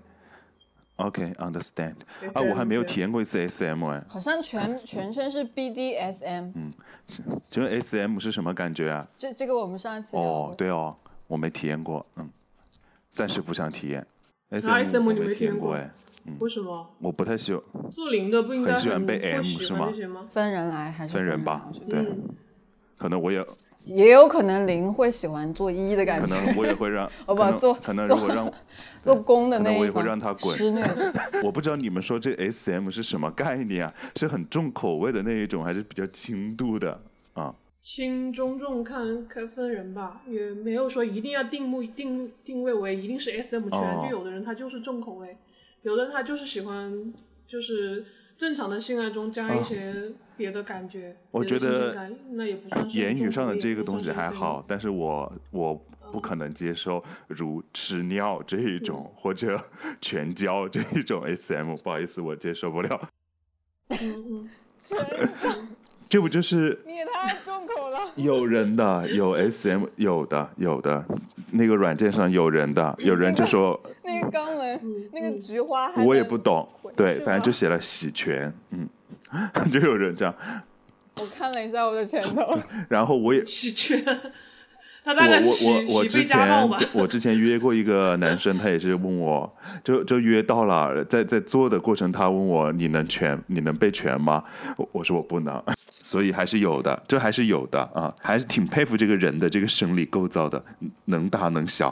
OK understand 啊，我还没有体验过一次 S M 哎。 好像全全称是 B D S M。 嗯，请问 S M 是什么感觉啊？ 这这个我们上一期聊过。 哦，对哦，我没体验过，嗯，暂时不想体验。 S M 你没体验过哎？ 嗯、为什么？ 我不太喜欢。 做零的不应该很喜欢被 M 是吗？ 分人来还是分人吧？对、嗯，可能我也。 也有可能零会喜欢做一的感觉， 可能我也会让， 我把做可能如果让做攻的那一方， 我也会让他滚。 我不知道你们说这 S M 是什么概念啊？是很重口味的那一种，还是比较轻度的啊？ 轻中重看看分人吧，也没有说一定要定目定定位为一定是 S M 圈、哦，就有的人他就是重口味，有的人他就是喜欢就是。正常的性爱中加一些别的感觉， 哦、我觉得那也不算是言语上的这个东西还好，但是我我不可能接受如吃尿这一种、嗯、或者全交这一种 S M， 不好意思，我接受不了。 嗯嗯， 全交， 这不就是你也太重口了。 有人的，有 S M， 有的有的，那个软件上有人的，有人就说那个肛门、嗯、那个菊花， 我也不懂，对，反正就写了洗泉，嗯， 就有人这样。 我看了一下我的拳头， 然后我也洗拳，他大概是洗我我我之洗被家暴前吧。 我之前约过一个男生，他也是问我，就就约到了，在在做的过程，他问我你能拳你能背拳吗？我我说我不能，所以还是有的，这还是有的啊，还是挺佩服这个人的这个生理构造的，能大能小。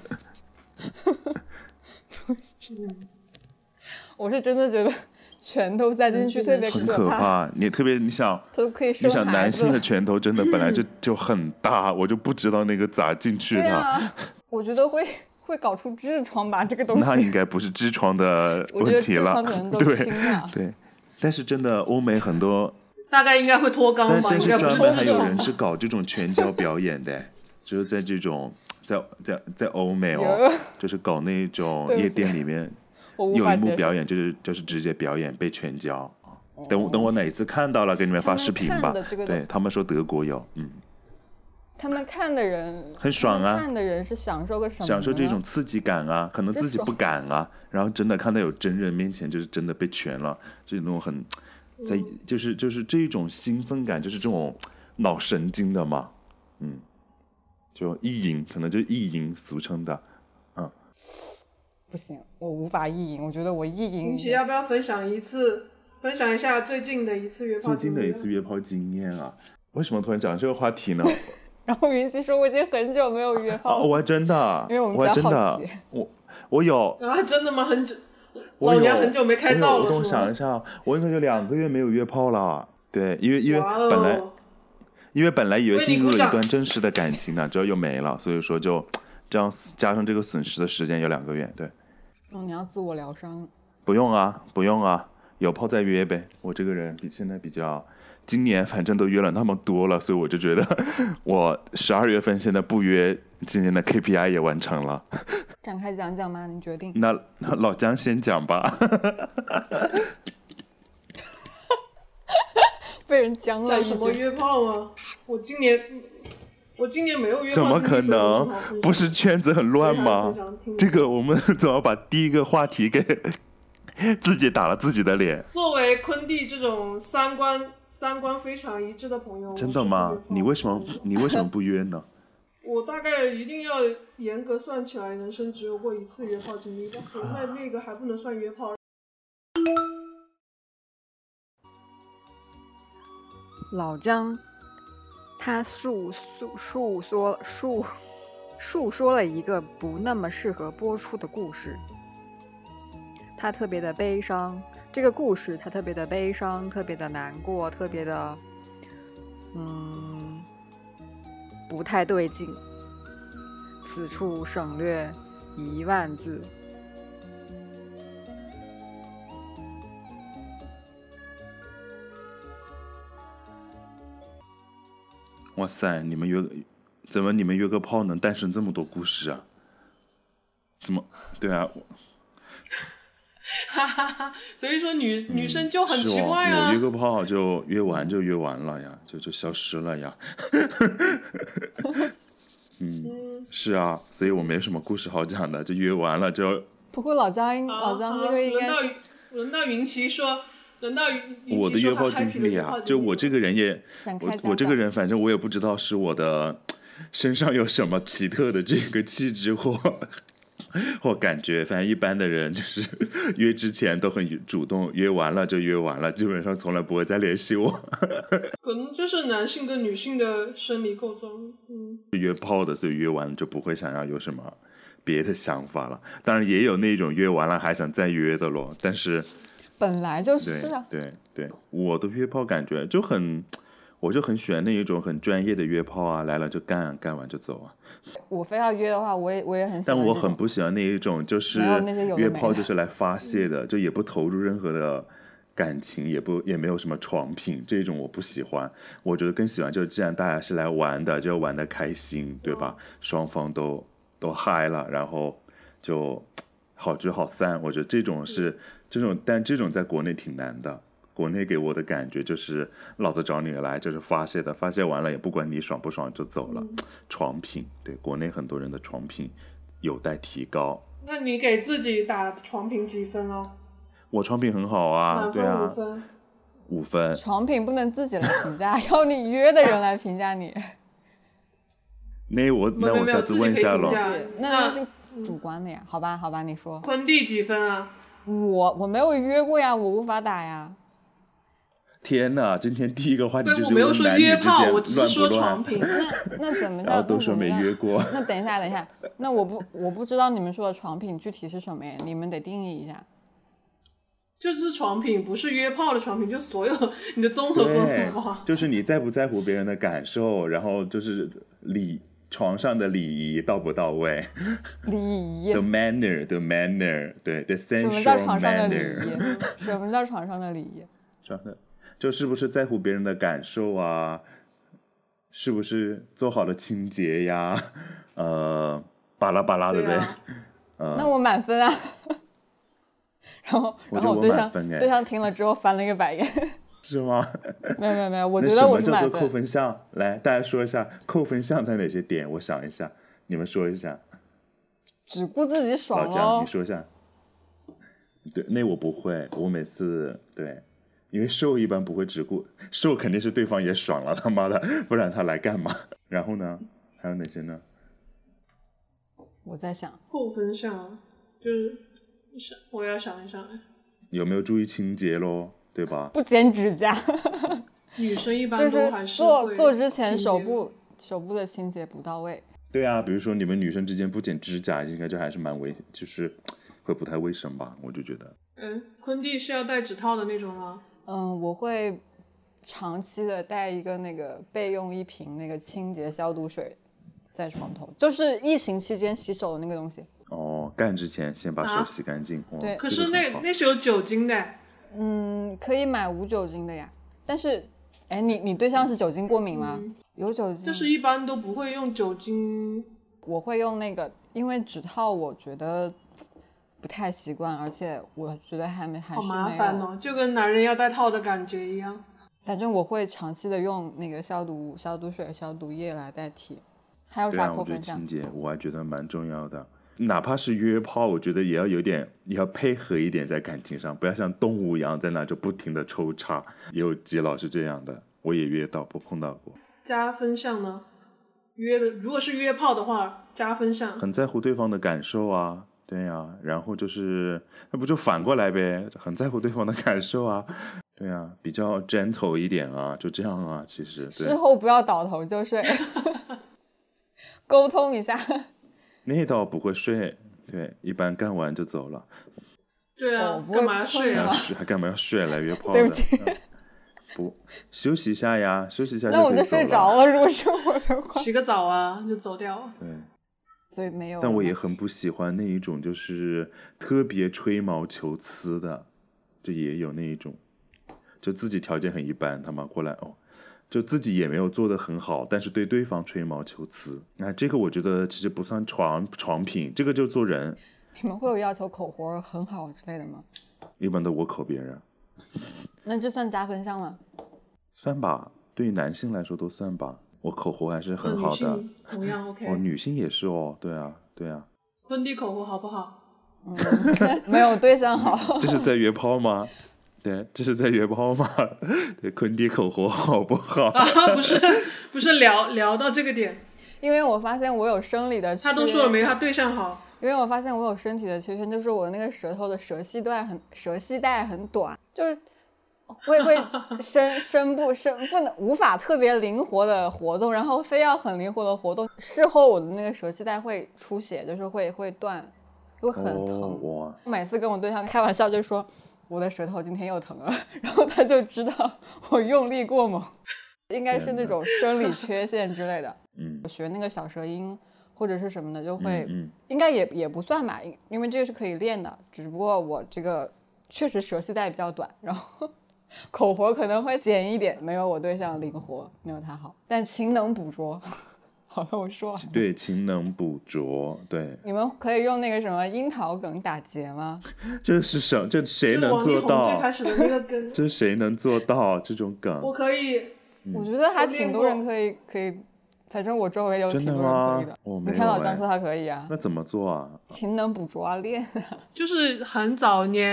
我是真的觉得拳头塞进去特别很可可怕，你特别你想， 都可以你想生孩子了男性的拳头真的本来就就很大，我就不知道那个咋进去的。 对啊，我觉得会会搞出痔疮吧，这个东西。 那应该不是痔疮的我觉得痔问题了， 疮可能都对轻了。 对，但是真的欧美很多， 大概应该会脱肛吧， 但但是应该不是专门还痔疮有人是搞这种拳交表演的，就是在这种在在在欧美哦有， 就是搞那种对不起夜店里面我无有法接受一幕表演，就是就是直接表演被拳交。等我等我哪一次看到了，给你们发视频吧他们看的这个。 对他们说德国有，嗯， 他们看的人很爽啊他们看的人是享受个什么呢？ 享受这种刺激感啊，可能自己不敢啊，然后真的看到有真人面前，就是真的被拳了，这种很在就是就是这种兴奋感，就是这种脑神经的嘛，嗯，就意淫，可能就是意淫俗称的，嗯， 不行，我无法意淫，我觉得我意淫。 云奇要不要分享一次，分享一下最近的一次约炮最近的一次约炮经验啊，为什么突然讲这个话题呢？ 然后云奇说我已经很久没有约炮了， 哦，我还真的， 因为我们我还比较好真的奇， 我我有。 啊，真的吗？很久， 我有老娘很久没开灶了。 我有我是吗想一下，我应该有两个月没有约炮了。对，因为因为哇哦本来因为本来以为为你进入了一鼓掌段真实的感情呢，之后又没了，所以说就这样加上这个损失的时间有两个月。对， 哦，你要自我疗伤。 不用啊，不用啊，有炮再约呗。我这个人比现在比较，今年反正都约了那么多了，所以我就觉得我十二月份现在不约，今年的 K P I 也完成了。 展开讲讲吗？你决定。 那那老姜先讲吧。 被人僵了一讲什么句。 约炮吗？我今年我今年没有约炮， 怎么可经历所以我能很好分享？ 不是圈子很乱吗非常非常听？ 这个我们怎么把第一个话题给自己打了自己的脸？ 作为昆弟这种三观三观非常一致的朋友， 真的吗我是？不约炮你为什么的你为什么不约呢？ 我大概一定要严格算起来，人生只有过一次约炮经历吧。那那个还不能算约炮。 老姜，他述述述说述述说了一个不那么适合播出的故事。他特别的悲伤，这个故事他特别的悲伤，特别的难过，特别的，嗯，不太对劲。此处省略一万字。 哇塞，你们约怎么你们约个炮能诞生这么多故事啊？怎么？对啊， 哈哈哈，所以说女、嗯、女生就很奇怪啊。 啊。 我约个炮就约完就约完了呀，就就消失了呀。嗯，是啊，所以我没什么故事好讲的，就约完了就。 不过老张，老张这个应该是。 轮到云奇说。轮到我的约炮经历啊，就我这个人也，我我这个人反正我也不知道是我的身上有什么奇特的这个气质或或感觉，反正一般的人就是约之前都很主动，约完了就约完了，基本上从来不会再联系我。 可能就是男性跟女性的生理构造，嗯， 约炮的，所以约完就不会想要有什么别的想法了。当然也有那种约完了还想再约的咯，但是。 本来就是啊， 对对对，我的约炮感觉就很，我就很喜欢那一种很专业的约炮啊，来了就干，干完就走啊。 我非要约的话，我也我也很喜欢。 但我很不喜欢那一种，就是约炮就是来发泄的，就也不投入任何的感情，也不也没有什么床品，这种我不喜欢。我觉得更喜欢就是，既然大家是来玩的，就要玩得开心，对吧？双方都都嗨了，然后就好聚好散。我觉得这种是。这种，但这种在国内挺难的。国内给我的感觉就是，老子找你来就是发泄的，发泄完了也不管你爽不爽就走了。嗯、床品，对，国内很多人的床品有待提高。 那你给自己打床品几分哦？ 我床品很好啊，对啊。 五分。 床品不能自己来评价，要你约的人来评价你。 那我没有没有那我下次问一下咯。 自己可以评价那那那是主观的呀，好吧好吧，你说。 昆弟几分啊？ 我我没有约过呀，我无法打呀。 天哪，今天第一个话题对， 就是我没有说问男女约炮， 之间我只是乱不说乱床品。 那那怎么叫？ 然后都说没约过。 那等一下等一下，那我不我不知道你们说的床品具体是什么呀？你们得定义一下。 就是床品，不是约炮的床品，就所有你的综合分对好不好？ 就是你在不在乎别人的感受，然后就是礼床上的礼仪到不到位。 礼仪。 The manner, the manner， 对 ，the 什么叫 sensual 床上的礼 manner。 仪？什么叫床上的礼仪？ 床上就是不是在乎别人的感受啊？是不是做好了清洁呀？呃，巴拉巴拉的呗。 啊呃、 那我满分啊。然后，然后我对象对象听了之后翻了一个白眼。 是吗？ 没有没有没有，我觉得我是满分。 那什么叫做扣分项？来，大家说一下扣分项在哪些点？我想一下，你们说一下。 只顾自己爽老姜， 哦你。说一下。对，那我不会，我每次对，因为瘦一般不会只顾瘦，肯定是对方也爽了，他妈的，不然他来干嘛？然后呢，还有哪些呢？ 我在想， 扣分项就是想我要想一想， 有没有注意清洁咯？对吧？ 不剪指甲。 女生一般就是都还是会做做之前清洁手部手部的清洁不到位。 对啊，比如说你们女生之间不剪指甲，应该就还是蛮危，就是会不太卫生吧？我就觉得。 嗯，昆弟是要戴指套的那种吗？ 嗯，我会长期的带一个那个备用一瓶那个清洁消毒水在床头，就是疫情期间洗手的那个东西。 哦，干之前先把手洗干净。哦、 对可是那这个很好那是有酒精的。 嗯，可以买无酒精的呀。但是，哎，你你对象是酒精过敏吗？ 嗯有酒精。 就是一般都不会用酒精。 我会用那个，因为指套我觉得不太习惯，而且我觉得还没还好是没有。 麻烦哦，就跟男人要戴套的感觉一样。 反正我会长期的用那个消毒消毒水、消毒液来代替。还有啥对啊，我觉得扣分项？ 清洁我还觉得蛮重要的。哪怕是约炮，我觉得也要有点，也要配合一点在感情上，不要像动物一样在那就不停的抽插。也有基佬是这样的，我也约到，不碰到过。 加分项呢？约的如果是约炮的话，加分项。 很在乎对方的感受啊，对呀、啊，然后就是那不就反过来呗，很在乎对方的感受啊，对呀、啊，比较 gentle 一点啊，就这样啊，其实。 事后不要倒头就睡，沟通一下。 那倒不会睡，对，一般干完就走了。 对啊， 哦不会干嘛要睡啊？ 睡还干嘛要睡来约炮的？ 对不起， 嗯不休息一下呀，休息一下就那我就可以走睡着了。如果是我的话， 洗个澡啊，就走掉。 对， 所以没有。 但我也很不喜欢那一种，就是特别吹毛求疵的，就也有那一种，就自己条件很一般，他妈过来哦，就自己也没有做得很好，但是对对方吹毛求疵。那、这个我觉得其实不算床床品，这个就做人。 你们会有要求口活很好之类的吗？ 一般都我口别人， 那这算加分项吗？ 算吧，对于男性来说都算吧。我口活还是很好的。 女性同样 OK。 哦，女性也是哦，对啊，对啊。 昆弟口活好不好？ 嗯，没有对象好。 这是在约炮吗？对，这是在约炮吗？对，昆弟口活好不好？ 啊，不是，不是聊聊到这个点， 因为我发现我有生理的缺他都说了没他对象好。 因为我发现我有身体的缺陷，就是我那个舌头的舌系带很舌系带很短，就是会会身身部身不能无法特别灵活的活动，然后非要很灵活的活动，事后我的那个舌系带会出血，就是会会断，会很疼。 哦、哇！ 每次跟我对象开玩笑就说我的舌头今天又疼了，然后他就知道我用力过猛，应该是那种生理缺陷之类的。 嗯， 我学那个小舌音或者是什么的，就会、 嗯嗯、 应该也也不算吧，因为这个是可以练的，只不过我这个确实舌系带比较短，然后口活可能会减一点，没有我对象灵活，没有他好，但勤能补拙。好了，我说完了。 对，勤能补拙，对。 你们可以用那个什么樱桃梗打结吗？ 这是什？这谁能做就王力宏到？ 最开始的那个梗， 这谁能做到这种梗？ 我可以。 我觉得还挺多人可以可以，反正我周围有挺多人可以的。 我没有。 你看老张说他可以啊。 那怎么做啊？ 勤能补拙啊，练啊。 就是很早年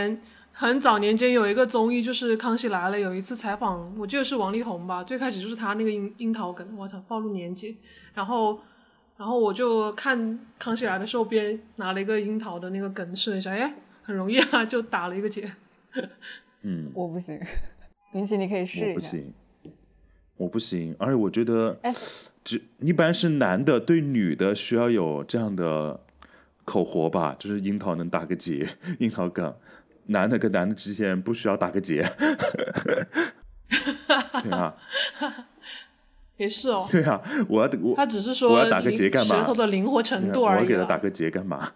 很早年间有一个综艺，就是《康熙来了》，有一次采访，我记得是王力宏吧，最开始就是他那个樱樱桃梗，我操，暴露年纪。然后，然后我就看《康熙来的》时候，边拿了一个樱桃的那个梗试了一下，哎，很容易啊，就打了一个结。 嗯， 我不行，云奇你可以试一下。 我不行，我不行，而且我觉得， 哎， 只一般是男的对女的需要有这样的口活吧，就是樱桃能打个结，樱桃梗。男的跟男的之间不需要打个结，对啊， 也是哦， 对啊，我要我他只是说我要打个结干嘛？ 舌头的灵活程度而已、啊。 我要给他打个结干嘛？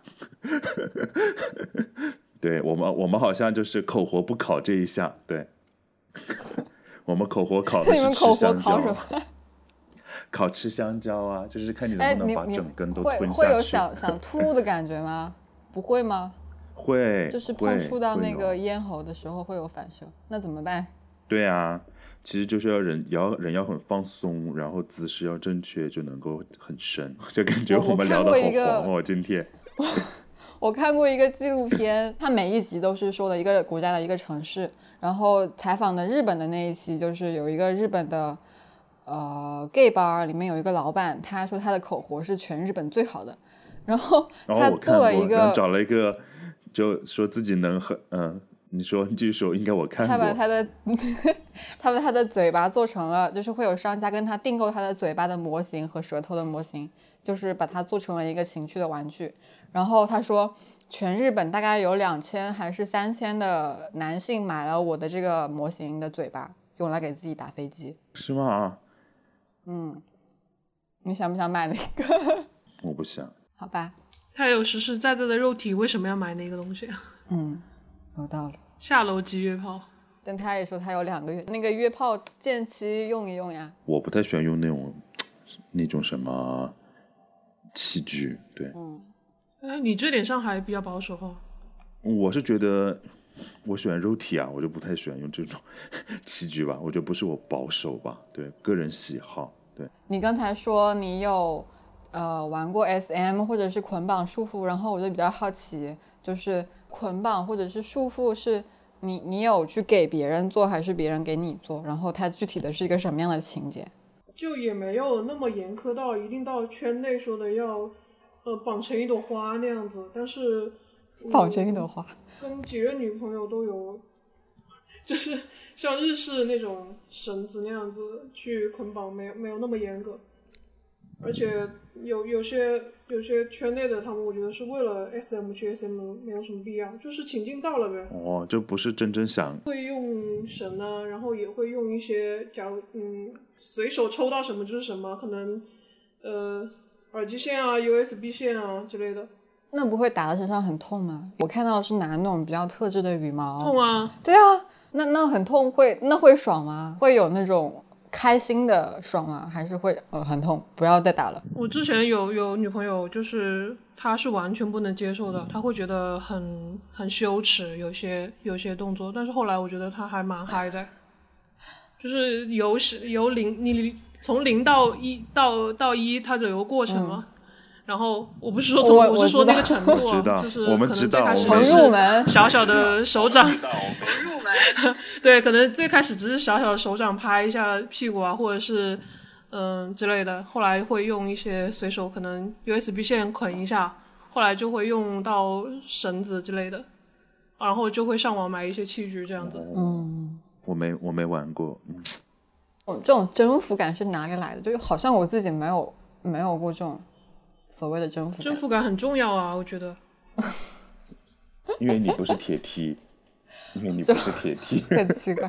对我们，我们好像就是口活不考这一项，对，我们口活考的是吃香蕉。你们口活考什么？考吃香蕉啊，就是看你能不能把整根都吞下去。 会会有想想吐的感觉吗？不会吗？ 会， 就是碰触到那个咽喉的时候会有反射，那怎么办？ 对啊，其实就是要人要人要很放松，然后姿势要正确，就能够很深。就感觉我们聊得好黄哦，今天。 我看过一个纪录片，它每一集都是说的一个国家的一个城市，然后采访的日本的那一期就是有一个日本的呃 gay bar 里面有一你板，他说他的口活是全日本最好的，然后他做了一个、 哦、找了一个。就说自己能很嗯，你说你继续说，应该我看过。 他把他的他把他的嘴巴做成了，就是会有商家跟他订购他的嘴巴的模型和舌头的模型，就是把它做成了一个情趣的玩具。然后他说，全日本大概有两千还是三千的男性买了我的这个模型的嘴巴，用来给自己打飞机。 是吗？ 嗯，你想不想买那个？ 我不想。 好吧。 他有实实在在的肉体，为什么要买那个东西啊？ 嗯，有道理。 下楼即约炮， 但他也说他有两个月，那个约炮间期用一用呀。 我不太喜欢用那种那种什么器具，对。 嗯， 哎，你这点上还比较保守哈。 我是觉得我喜欢肉体啊，我就不太喜欢用这种器具吧，我觉得不是我保守吧，对，个人喜好，对。 你刚才说你有。呃，玩过 S M 或者是捆绑束缚，然后我就比较好奇，就是捆绑或者是束缚是你你有去给别人做还是别人给你做，然后它具体的是一个什么样的情节？ 就也没有那么严苛到一定到圈内说的要呃绑成一朵花那样子，但是、 嗯、绑成一朵花跟几任女朋友都有，就是像日式那种绳子那样子去捆绑，没有没有那么严格。而且有有些有些圈内的他们，我觉得是为了 S M 去 S M 没有什么必要，就是情境到了呗。 哦，就不是真正想会用绳啊，然后也会用一些，假如嗯随手抽到什么就是什么，可能呃耳机线啊、U S B 线啊之类的。 那不会打在身上很痛吗？我看到的是拿那种比较特制的羽毛。 痛啊！ 对啊，那那很痛会那会爽吗？会有那种。开心的爽吗？还是会呃很痛？不要再打了。 我之前有有女朋友，就是她是完全不能接受的，她会觉得很很羞耻，有些有些动作。但是后来我觉得她还蛮嗨的，就是由由零你从零到一到到一，它就有个过程嘛。嗯然后我不是说从 我, 我是说那个程度啊，就是我们知道， 从入门小小的手掌，从入门，对，可能最开始只是小小的手掌拍一下屁股啊，或者是嗯、呃、之类的，后来会用一些随手可能 U S B 线捆一下，后来就会用到绳子之类的，然后就会上网买一些器具这样子。 嗯， 我没我没玩过，嗯， 这种征服感是哪里来的？就是好像我自己没有没有过这种。所谓的征服感， 征服感很重要啊，我觉得。 因为你不是铁梯，因为你不是铁梯， 很奇怪。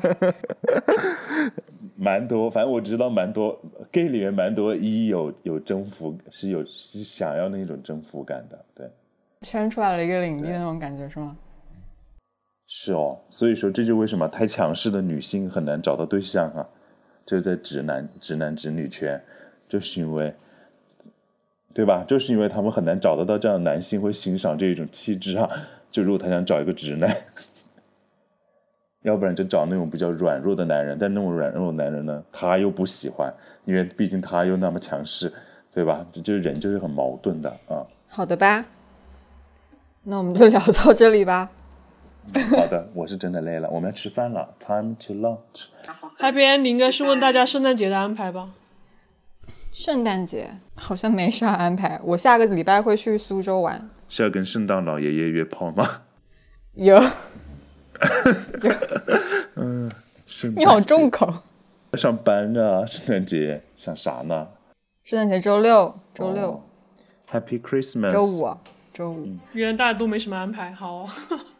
蛮多，反正我知道蛮多 gay 里面蛮多一有有征服，是有是想要那种征服感的，对。 圈出来了一个领地那种感觉是吗？ 是哦，所以说这就为什么太强势的女性很难找到对象啊，就是在直男直男直女圈，就是因为。对吧？就是因为他们很难找得到这样的男性会欣赏这种气质啊。就如果他想找一个直男，要不然就找那种比较软弱的男人。但那种软弱的男人呢，他又不喜欢，因为毕竟他又那么强势，对吧？这就是人就是很矛盾的啊。 好的吧，那我们就聊到这里吧。 好的，我是真的累了，我们要吃饭了 ，time to lunch。 Happy Ending 应该是问大家圣诞节的安排吧？ 圣诞节好像没啥安排，我下个礼拜会去苏州玩。 是要跟圣诞老爷爷约炮吗？ 有。有。 嗯， 你好重口。 上班啊，圣诞节想啥呢？ 圣诞节周六，周六。 哦、Happy Christmas。 周五，周五。 原来大家都没什么安排，好、哦。